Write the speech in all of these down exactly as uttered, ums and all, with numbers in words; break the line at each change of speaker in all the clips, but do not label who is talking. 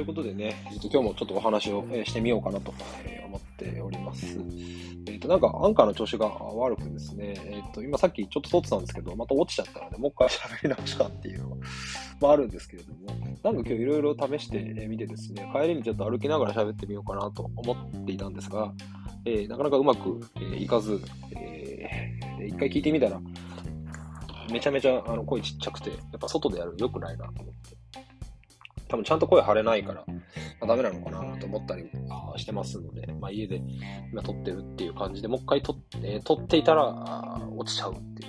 ことでね、今日もちょっとお話をしてみようかなと思っております。えっと、なんかアンカーの調子が悪くてですね、えっと、今さっきちょっと撮ってたんですけど、また落ちちゃったので、もう一回喋り直したっていうのが、まあ、あるんですけれども、なんか今日いろいろ試してみてですね、帰りにちょっと歩きながら喋ってみようかなと思っていたんですが、えー、なかなかうまく、えー、いかず、えー、一回聞いてみたら、めちゃめちゃあの声ちっちゃくて、やっぱ外でやるの良くないなと思って。多分ちゃんと声張れないから、まあ、ダメなのかなと思ったりしてますので、まあ、家で今撮ってるっていう感じで、もう一回撮って、えー、撮っていたら落ちちゃうっていう、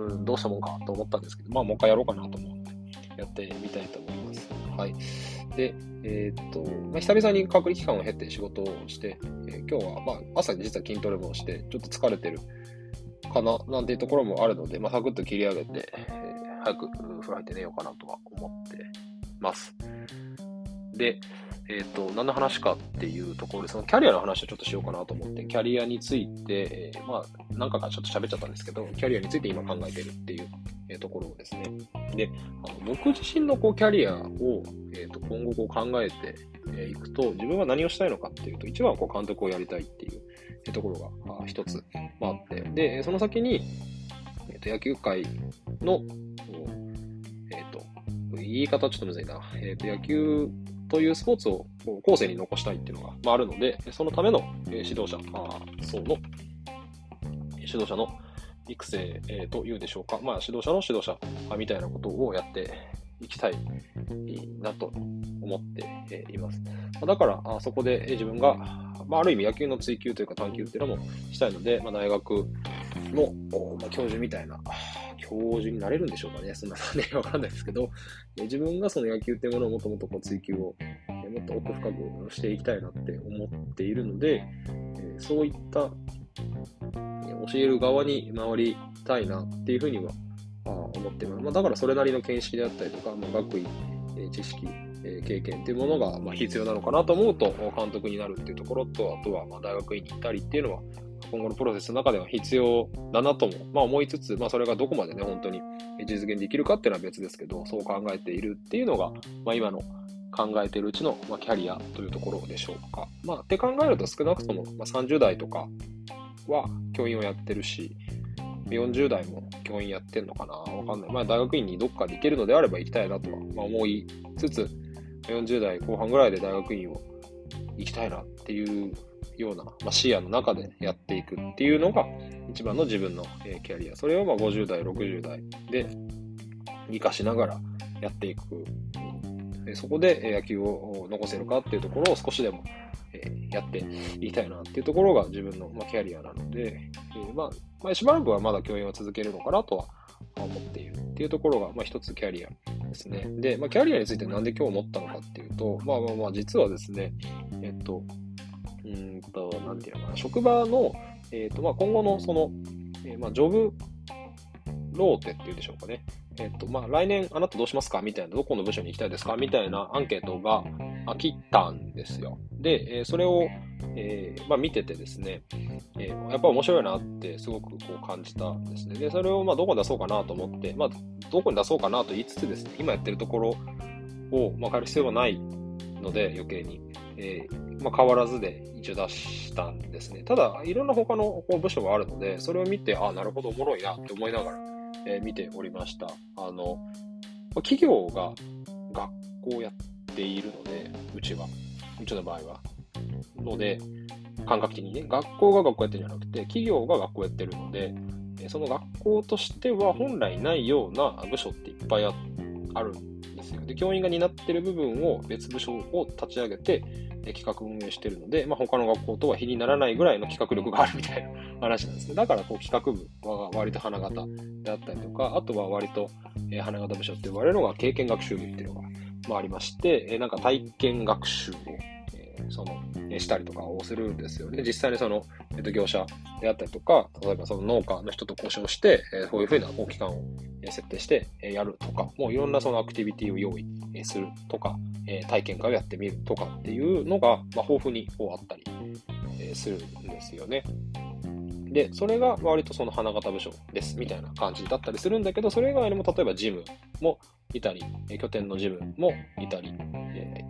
うーん、どうしたもんかと思ったんですけど、まあもう一回やろうかなと思ってやってみたいと思います。はい。で、えー、っと、まあ、久々に隔離期間を経て仕事をして、えー、今日はまあ朝に実は筋トレもして、ちょっと疲れてるかななんていうところもあるので、まあ、サクッと切り上げて、えー、早く風呂入って寝ようかなとは思ってます。で、えっと、何の話かっていうところで、そのキャリアの話をちょっとしようかなと思って、キャリアについて、えー、まあ、何回かちょっと喋っちゃったんですけど、キャリアについて今考えてるっていう、えー、ところですね。で、あの僕自身のこうキャリアを、えー、と今後こう考えていくと、自分は何をしたいのかっていうと、一番はこう監督をやりたいっていうところが一つ、まあ、あって、で、その先に、えー、と野球界の、えっ、ー、と、言い方ちょっとむずいな、えっ、ー、と、野球というスポーツを後世に残したいっていうのが、まあ、あるので、そのための指導者層の、指導者の育成というでしょうか、まあ、指導者の指導者みたいなことをやっていきたいなと思っています。だから、そこで自分が、まあ、ある意味野球の追求というか探求っていうのもしたいので、まあ、大学の、まあ、教授みたいな、教授になれるんでしょうかね。そんなのね、わからないですけど、自分がその野球っていうものをもっともっとこう追求をもっと奥深くしていきたいなって思っているので、そういった教える側に回りたいなっていうふうには思っています。まあ、だからそれなりの見識であったりとか、まあ、学位、知識、経験っていうものがまあ必要なのかなと思うと、監督になるっていうところと、あとはまあ大学院に行ったりっていうのは、今後のプロセスの中では必要だなとも、まあ、思いつつ、まあ、それがどこまでね、本当に実現できるかっていうのは別ですけど、そう考えているっていうのが、まあ、今の考えているうちの、まあ、キャリアというところでしょうか。まあ、って考えると少なくとも、まあ、さんじゅう代とかは教員をやってるし、よんじゅう代も教員やってんのかなわかんない。まあ、大学院にどっかで行けるのであれば行きたいなとは、まあ、思いつつ、よんじゅう代後半ぐらいで大学院を行きたいなっていうような、まあ、視野の中でやっていくっていうのが一番の自分の、えー、キャリア。それをまあごじゅう代、ろくじゅう代で活かしながらやっていく。えー、そこで野球を残せるかっていうところを少しでも、えー、やっていきたいなっていうところが自分の、まあ、キャリアなので、えー、まあ、まあ、しばらくはまだ教員を続けるのかなとは思っているっていうところが、まあ、一つキャリアですね。で、まあ、キャリアについてなんで今日思ったのかっていうと、まあまあまあ、実はですね、えっと、うーんと、なんていうのかな、職場の、えっと、まあ、今後のその、えー、まあ、ジョブローテっていうんでしょうかね。えっと、まあ、来年あなたどうしますかみたいな、どこの部署に行きたいですかみたいなアンケートが来たんですよ。で、それを、えー、まあ、見ててですね、えー、やっぱ面白いなってすごくこう感じたんですね。で、それをまあどこに出そうかなと思って、まあ、どこに出そうかなと言いつつですね、今やってるところを、まあ、変える必要はないので、余計に。えーまあ、変わらずで一応出したんですね。ただ、いろんな他のこう部署があるので、それを見て、あ、なるほど、おもろいなって思いながら、えー、見ておりました。あの、企業が学校をやっているので、うちは、うちの場合は。ので、感覚的にね、学校が学校やってるんじゃなくて、企業が学校やってるので、その学校としては本来ないような部署っていっぱいあるんですよ。で、教員が担ってる部分を別部署を立ち上げて、企画運営してるので、まあ、他の学校とは比にならないぐらいの企画力があるみたいな話なんですね。だからこう企画部は割と花形であったりとか、あとは割と花形部署って呼ばれるのが経験学習部っていうのが、まあ、ありまして、なんか体験学習をそのしたりとかをするんですよね。実際にその、えっと、業者であったりとか、例えばその農家の人と交渉して、えー、こういうふうな期間を設定してやるとか、もういろんなそのアクティビティを用意するとか、えー、体験会をやってみるとかっていうのが、まあ、豊富にこうあったりするんですよね。で、それが割とその花形部署ですみたいな感じだったりするんだけど、それ以外にも例えばジムもいたり、拠点のジムもいたり、えー、あ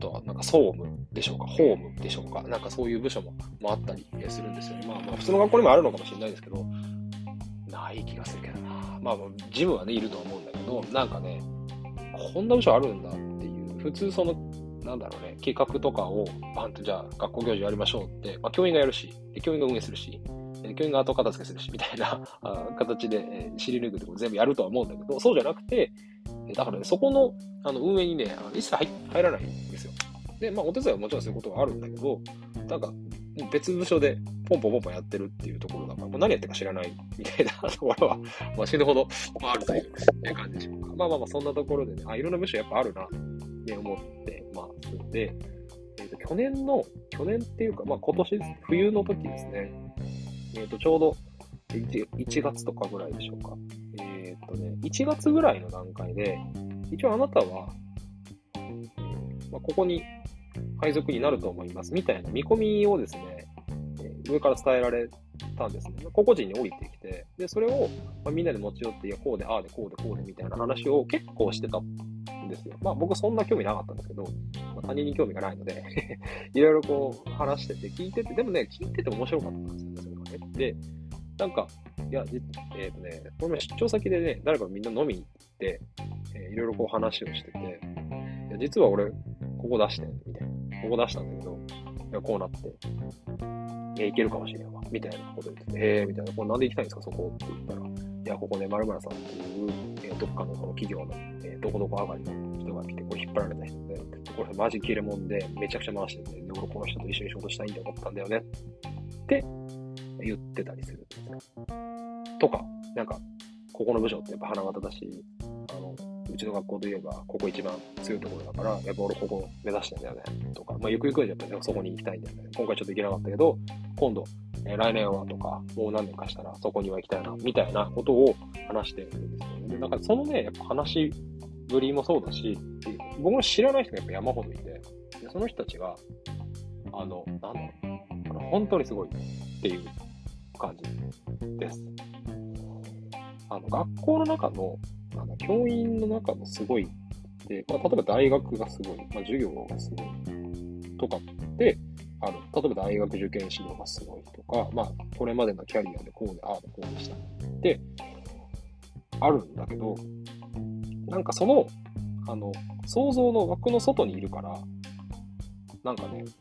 とはなんか総務でしょうか、法務でしょうか、なんかそういう部署も、もあったりするんですよね。まあまあ普通の学校にもあるのかもしれないですけど、ない気がするけどな。まあ事務はね、いるとは思うんだけど、なんかね、こんな部署あるんだっていう、普通その、なんだろうね、計画とかをバンとじゃあ学校行事やりましょうって、まあ教員がやるし、で教員が運営するし、教員が後片付けするし、みたいな形で、えー、尻抜くところ全部やるとは思うんだけど、そうじゃなくて、だからね、そこのあの運営にね、一切入入らないんですよ。で、まあお手伝いはもちろんそういうことはあるんだけど、なんか、別部署でポンポンポンポンやってるっていうところだから、もう何やってるか知らないみたいなところは、まあ死ぬほどあるという感じでしょうか。まあまあまあ、そんなところでね、あ、いろんな部署やっぱあるな、って思ってますんで、えっと、去年の、去年っていうか、まあ今年ですね、冬の時ですね、えっと、ちょうどいちがつとかぐらいでしょうか。えっとね、いちがつぐらいの段階で、一応あなたは、えーまあ、ここに配属になると思いますみたいな見込みをですね、えー、上から伝えられたんですね。個々人に降りてきて、で、それを、まあ、みんなで持ち寄って、いや、こうで、ああで、こうで、こうでみたいな話を結構してたんですよ。まあ僕そんな興味なかったんですけど、まあ、他人に興味がないので、いろいろこう話してて、聞いてて、でもね、聞いてて面白かったんですよね、それがね。で、なんか、いや、えっとね、この前出張先でね、誰かみんな飲みに行って、えーいろいろこう話をしてて、いや、実は俺、ここ出してん、みたいな。ここ出したんだけど、いや、こうなって、いや、いけるかもしれんわ、みたいなこと言ってて、えー、みたいな、これなんで行きたいんですか、そこって言ったら、いや、ここね、〇〇さんっていう、えー、どっかのその企業の、えー、どこどこ上がりの人が来て、これ引っ張られた人で、これマジ切れ者で、めちゃくちゃ回してて、で、俺この人と一緒に仕事したいんで思ったんだよね、って言ってたりするんですよ。とか、なんか、ここの部署ってやっぱ花形だし、あの、うちの学校といえば、ここ一番強いところだから、やっぱ俺ここ目指してんだよね、とか、まあ、ゆくゆくはやっぱりそこに行きたいんだよね。今回ちょっと行けなかったけど、今度、えー、来年はとか、もう何年かしたらそこには行きたいな、みたいなことを話してるんですよね。で、なんかそのね、やっぱ話ぶりもそうだし、僕も知らない人がやっぱ山ほどいて、でその人たちが、あの、なんだろう、あの本当にすごいっていう感じです。あの、学校の中の、あの教員の中のすごいで、まあ、例えば大学がすごい、まあ、授業がすごいとかってある。例えば大学受験指導がすごいとか、まあ、これまでのキャリアでこうで、ああでこうでしたってあるんだけど、なんかその、あの、想像の枠の外にいるから、なんかね、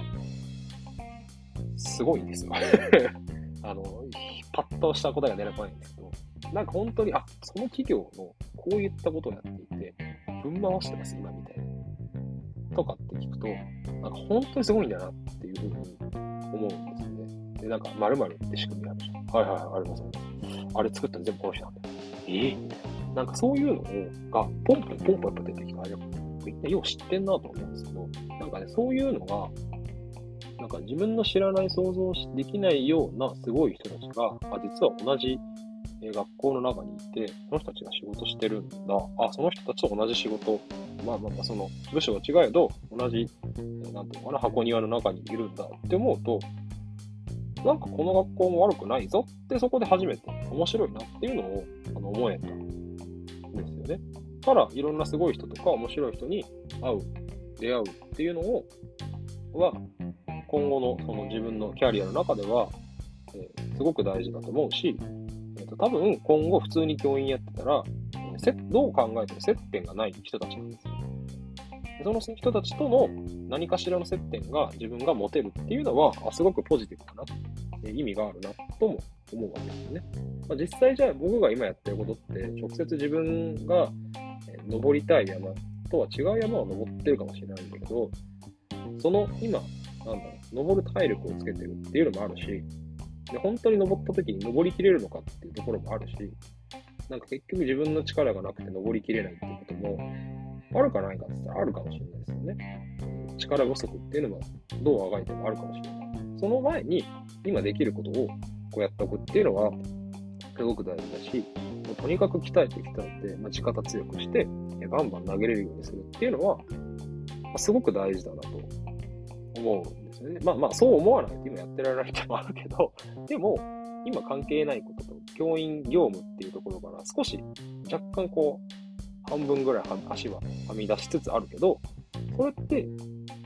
すごいんですよ。あの、パッとした答えが出てこないんですけど、なんか本当に、あ、その企業のこういったことをやっていて、ぶん回してます、今みたいな。とかって聞くと、なんか本当にすごいんだなっていうふうに思うんですよね。で、なんか、〇〇って仕組みあるじゃん。はいはいはい、ありますよね。あれ作ったの全部この人なんだよ。えぇ、みたいな。なんかそういうのが、ポンポンポンポンやっぱ出てきたら、みんなよう知ってんなと思うんですけど、なんかね、そういうのが、なんか自分の知らない想像できないようなすごい人たちが、あ、実は同じ学校の中にいて、その人たちが仕事してるんだ。あ、その人たちと同じ仕事。まあまあまあ、その部署が違えど、同じ、なんていうのかな、箱庭の中にいるんだって思うと、なんかこの学校も悪くないぞってそこで初めて面白いなっていうのをあの思えたんですよね。から、いろんなすごい人とか面白い人に会う、出会うっていうのを、は、今後のその自分のキャリアの中では、えー、すごく大事だと思うし、えーと、多分今後普通に教員やってたら、えー、どう考えても接点がない人たちなんですよ。その人たちとの何かしらの接点が自分が持てるっていうのは、あ、すごくポジティブだな、えー、意味があるなとも思うわけですよね。まあ、実際じゃあ僕が今やってることって直接自分が、えー、登りたい山とは違う山を登ってるかもしれないんだけど、その今、なんだろう、登る体力をつけてるっていうのもあるし、で本当に登った時に登りきれるのかっていうところもあるし、なんか結局自分の力がなくて登りきれないっていうことも、あるかないかって言ったらあるかもしれないですよね。力不足っていうのもどうあがいてもあるかもしれない。その前に今できることをこうやっておくっていうのはすごく大事だし、もうとにかく鍛えてきたので、まあ、地肩強くしてバンバン投げれるようにするっていうのは、まあ、すごく大事だなと思うんですよね。まあまあそう思わないと今やってられないってもあるけど、でも今関係ないことと教員業務っていうところから少し若干こう半分ぐらい足ははみ出しつつあるけど、それって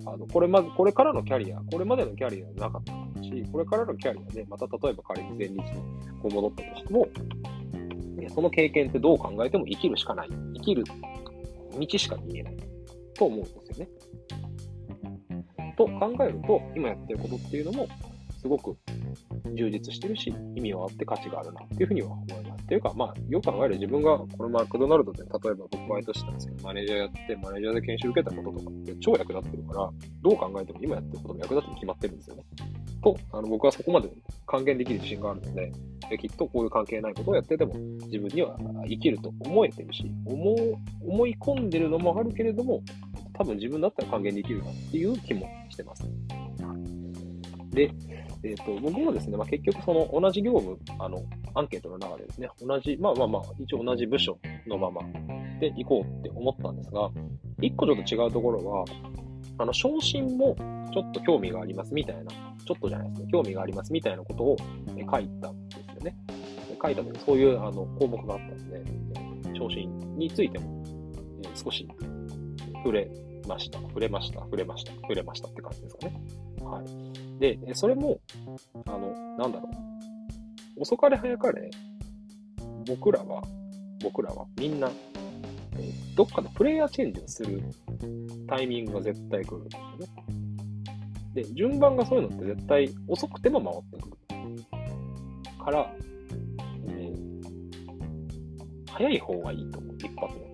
あの、これま、これからのキャリア、これまでのキャリアなかったし、これからのキャリアで、また例えば仮に前日にこう戻ったとしても、その経験ってどう考えても生きるしかない。生きる道しか見えない。と思うんですよね。と考えると、今やってることっていうのも、すごく充実してるし、意味はあって価値があるなっていうふうには思います。っていうか、まあ、よく考える自分が、これマクドナルドで、例えば僕バイトしてたんですけど、マネージャーやって、マネージャーで研修受けたこととかって超役立ってるから、どう考えても今やってることも役立って決まってるんですよね。と、あの僕はそこまで還元できる自信があるので、きっとこういう関係ないことをやってても、自分には生きると思えてるし、思う、思い込んでるのもあるけれども、多分自分だったら還元できるなっていう気もしてます。で、えっと、僕もですね、まあ、結局その同じ業務、あの、アンケートの中でですね、同じ、まあまあまあ、一応同じ部署のままで行こうって思ったんですが、一個ちょっと違うところは、あの、昇進もちょっと興味がありますみたいな、ちょっとじゃないですね、興味がありますみたいなことを書いたんですよね。書いたので、そういうあの項目があったので、昇進についても少し触れました、触れました、触れました、触れましたって感じですかね。はい。で、それも、あの、なんだろう。遅かれ早かれ、僕らは、僕らはみんな、えー、どっかでプレイヤーチェンジをするタイミングが絶対来るんですよね。で、順番がそういうのって絶対遅くても回ってくる。から、えー、早い方がいいと思う。一発目って。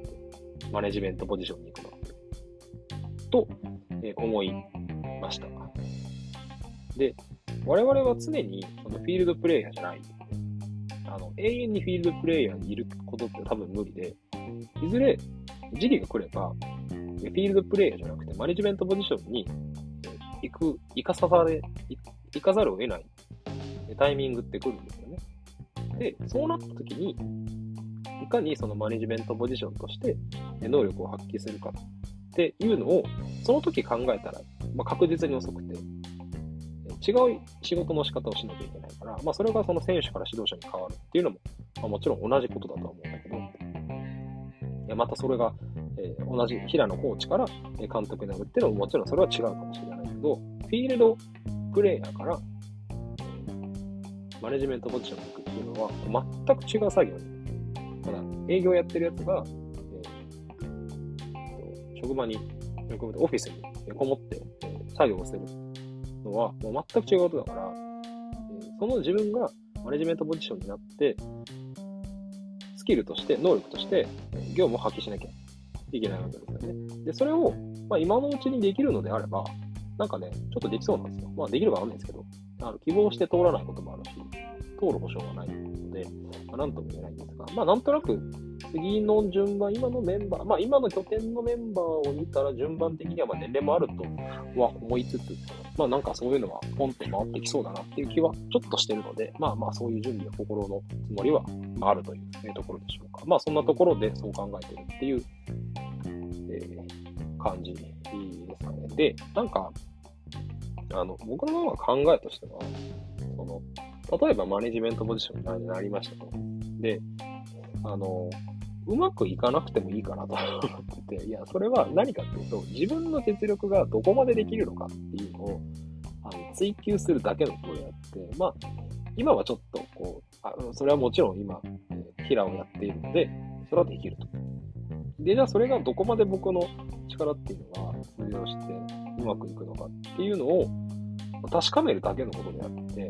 マネジメントポジションに行くのって。と、えー、思いました。で、我々は常にそのフィールドプレイヤーじゃない。あの、永遠にフィールドプレイヤーにいることって多分無理で、いずれ時期が来れば、フィールドプレイヤーじゃなくてマネジメントポジションに行く、行かさざれ、行かざるを得ないタイミングって来るんですよね。で、そうなった時に、いかにそのマネジメントポジションとして能力を発揮するかっていうのを、その時考えたら、まあ、確実に遅くて、違う仕事の仕方をしなきゃいけないから、まあ、それがその選手から指導者に変わるっていうのも、まあ、もちろん同じことだとは思うんだけど、いやまたそれが、えー、同じ平野コーチから監督になるっていうのももちろんそれは違うかもしれないけど、フィールドプレイヤーからマネジメントポジションに行くっていうのは全く違う作業に。ただ、営業やってるやつが、えー、職場に、オフィスにこもって、えー、作業をするのはもう全く違うことだから、えー、その自分がマネジメントポジションになって、スキルとして、能力として、業務を発揮しなきゃいけないわけですよね。で、それを、まあ、今のうちにできるのであれば、なんかね、ちょっとできそうなんですよ。まあ、できるかわかんないですけど、あの希望して通らないこともあるし、通る保証はないので、まあ、なんとも言えないんですが、まあ、なんとなく、次の順番、今のメンバー、まあ、今の拠点のメンバーを見たら、順番的にはまあ年齢もあるとは思いつつ、まあ、なんかそういうのは、ポンって回ってきそうだなっていう気はちょっとしてるので、まあまあ、そういう準備は心のつもりはあるというところでしょうか。まあ、そんなところでそう考えてるっていう、えー、感じですかね。で、なんか、あの、僕のまま考えとしては、その、例えばマネジメントポジションになりましたと。で、あの、うまくいかなくてもいいかなと思ってて、いや、それは何かっていうと、自分の実力がどこまでできるのかっていうのを、あの追求するだけのことであって、まあ、今はちょっと、こう、あそれはもちろん今、えー、平をやっているので、それはできると。で、じゃあそれがどこまで僕の力っていうのが通用してうまくいくのかっていうのを確かめるだけのことであって、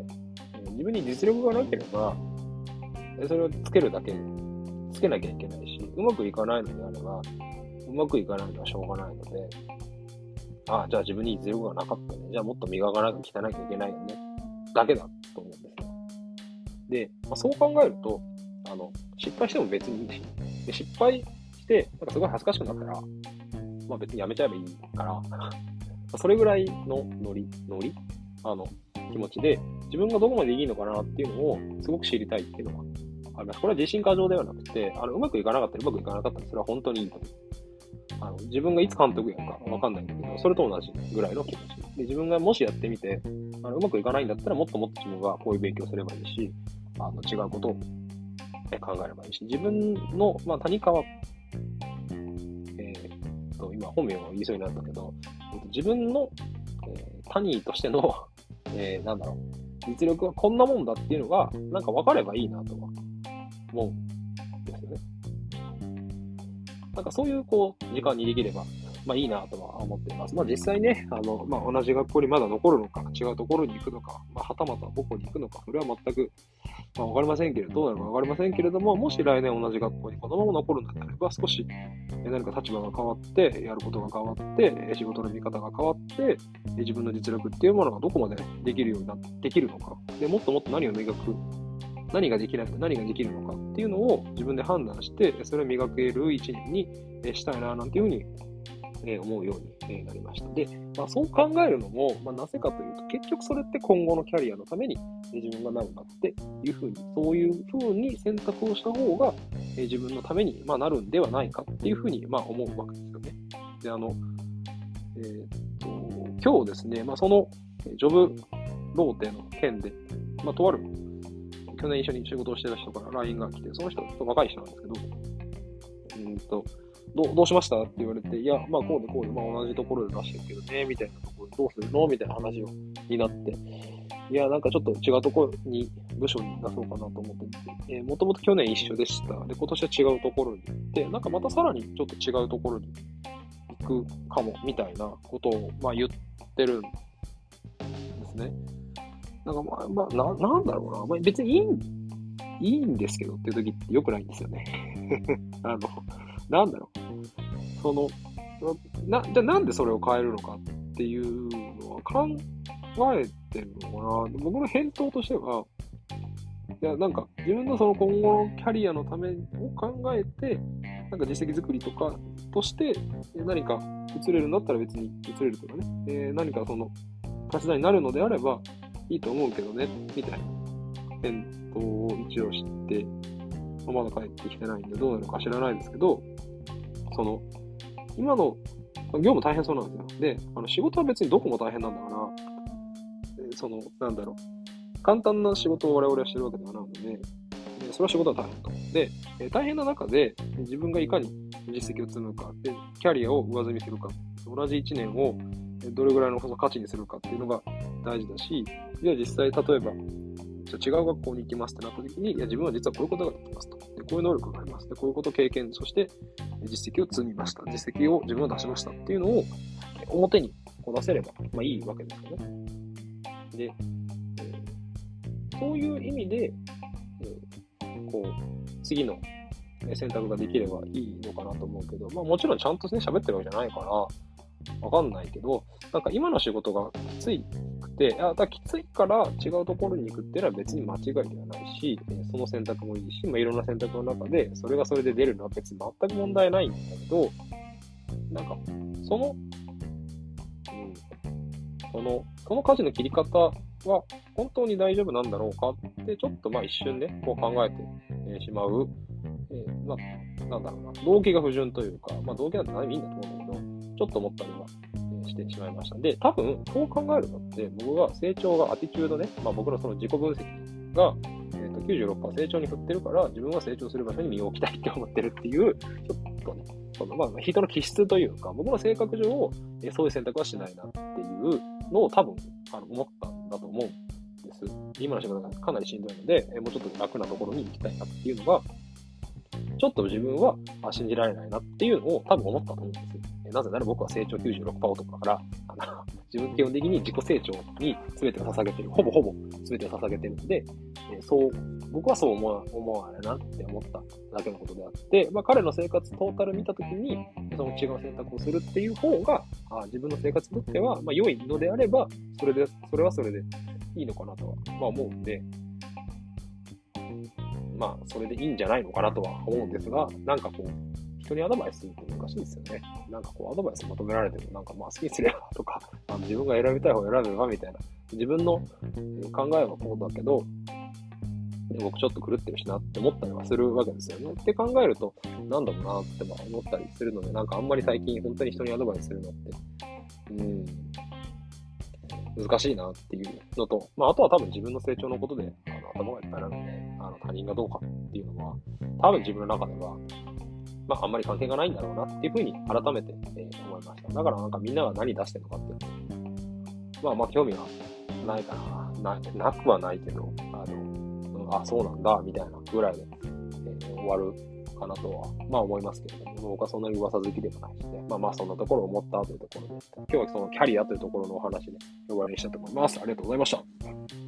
自分に実力がなければ、それをつけるだけ、つけなきゃいけないし、うまくいかないのであれば、うまくいかないのはしょうがないので、ああ、じゃあ自分に実力がなかったね。じゃあもっと磨かなきゃ鍛えなきゃいけないよね。だけだと思うんですよ。で、まあ、そう考えると、あの、失敗しても別にいいし、で失敗して、なんかすごい恥ずかしくなったら、まあ別にやめちゃえばいいから、それぐらいのノリ、ノリあの、気持ちで、自分がどこまでいいのかなっていうのをすごく知りたいっていうのがあります。これは自信過剰ではなくて、あの、うまくいかなかったらうまくいかなかったらそれは本当にいいと思う。あの、自分がいつ監督やるかわかんないんだけど、それと同じぐらいの気持ち。で、自分がもしやってみて、あの、うまくいかないんだったらもっともっと自分がこういう勉強すればいいし、あの、違うことを考えればいいし、自分の、まあ、谷川、えー、と、今本名を言いそうになったけど、 自分の、えー、他人としての、えー、なんだろう、実力はこんなもんだっていうのが、なんか分かればいいなとは思うんですよね。なんかそういう、こう、時間にできれば、まあいいなとは思っています。まあ実際ね、あの、まあ同じ学校にまだ残るのか、違うところに行くのか、まあはたまた母校に行くのか、それは全く、まあわかりませんけれど、どうなるかわかりませんけれども、もし来年同じ学校にこのまま残るのであれば、少し何か立場が変わって、やることが変わって、仕事の見方が変わって、自分の実力っていうものがどこまでできるようになって、できるのか、で、もっともっと何を磨く、何ができなくて何ができるのかっていうのを自分で判断して、それを磨ける一年にしたいな、なんていうふうに思うようになりました。で、まあ、そう考えるのも、まあ、なぜかというと、結局それって今後のキャリアのために自分がなるんだっていうふうに、そういうふうに選択をした方が自分のためにまあなるんではないかっていうふうにまあ思うわけですよね。で、あの、えー、っと、今日ですね、まあ、そのジョブローテの件で、まあ、とある去年一緒に仕事をしてた人から ライン が来て、その人、ちょっと若い人なんですけど、うんと、どう、どうしましたって言われて、いや、まあこうでこうで、まあ同じところで出してるけどね、みたいなところでどうするのみたいな話をになって、いや、なんかちょっと違うところに、部署に出そうかなと思ってて、えー、もともと去年一緒でした。で、今年は違うところに行って、なんかまたさらにちょっと違うところに行くかも、みたいなことを、まあ言ってるんですね。なんかまあ、まあ、な、なんだろうな。まあ、別にいいん、いいんですけどっていう時って良くないんですよね。あの、なんだろう。その、な、じゃあなんでそれを変えるのかっていうのは考えてるのかな。僕の返答としては、いや、なんか自分のその今後のキャリアのためを考えて、なんか実績作りとかとして何か移れるんだったら別に移れるとかね、えー、何かその立ち台になるのであればいいと思うけどね、みたいな返答を一応して、まだ帰ってきてないんでどうなるのか知らないですけど、その、今の業務大変そうなんですよ。で、あの仕事は別にどこも大変なんだから、その、なんだろう、簡単な仕事を我々はしてるわけではないので、それは仕事は大変と。で、大変な中で自分がいかに実績を積むか、で、キャリアを上積みするか、同じいちねんをどれぐらいの価値にするかっていうのが大事だし、じゃあ実際例えば、じゃあ違う学校に行きますってなった時に、いや自分は実はこういうことができますと。で、こういう能力があります。で、こういうことを経験、そして実績を積みました。実績を自分は出しましたっていうのを表にこう出せれば、まあいいわけですよね。で、えー、そういう意味で、えー、こう、次の選択ができればいいのかなと思うけど、まあもちろんちゃんとね、喋ってるわけじゃないから、わかんないけど、なんか今の仕事がきついくて、あ、だからきついから違うところに行くっていうのは別に間違いではないし、その選択もいいし、まあいろんな選択の中で、それがそれで出るのは別に全く問題ないんだけど、なんか、その、うん、その、その舵の切り方は本当に大丈夫なんだろうかって、ちょっとまあ一瞬ね、こう考えてしまう、えー、まあ、なんだろうな、動機が不純というか、まあ動機なんて何でもいいんだと思うんだけど、ちょっと思ったりはしてしまいました。で、多分、そう考えるのって、僕が成長がアティチュードね、まあ僕のその自己分析が、えー、と きゅうじゅうろくパーセント 成長に振ってるから、自分は成長する場所に身を置きたいって思ってるっていう、ちょっとね、そのまあ人の気質というか、僕の性格上、えー、そういう選択はしないなっていうのを多分、あの思ったんだと思うんです。今の仕事がかなりしんどいので、えー、もうちょっと楽なところに行きたいなっていうのが、ちょっと自分は信じられないなっていうのを多分思ったと思うんです。なぜなら僕は成長 きゅうじゅうろくパーセント 男だから、あの自分基本的に自己成長に全てを捧げてる。ほぼほぼ全てを捧げてるので、えそう、僕はそう思わ思わないなって思っただけのことであって、まあ彼の生活トータル見たときに、その違う選択をするっていう方が、あ自分の生活にとっては、まあ良いのであれば、それで、それはそれでいいのかなとは、まあ思うんで、まあ、それでいいんじゃないのかなとは思うんですが、なんかこう、人にアドバイスするって難しいですよね。なんかこう、アドバイス求められても、なんかまあ、好きにすればとか、あの自分が選びたい方を選べばみたいな、自分の考えはこうだけど、僕ちょっと狂ってるしなって思ったりはするわけですよね。って考えると、なんだろうなって思ったりするので、なんかあんまり最近本当に人にアドバイスするのって、うん、難しいなっていうのと、まあ、あとは多分自分の成長のことで、あの頭がいっぱいなので、あの他人がどうかっていうのは、多分自分の中では、 まあ、あんまり関係がないんだろうなっていうふうに改めて、えー思いました。だからなんかみんなが何出してるのかって、まあまあ興味はないかな。な、なくはないけど、あの、うん、あ、そうなんだ、みたいなぐらいで、えー終わるかなとは、まあ思いますけれども、僕はそんなに噂好きでもないしね。まあまあそんなところを思ったというところで、今日はそのキャリアというところのお話で終わりにしたいと思います。ありがとうございました。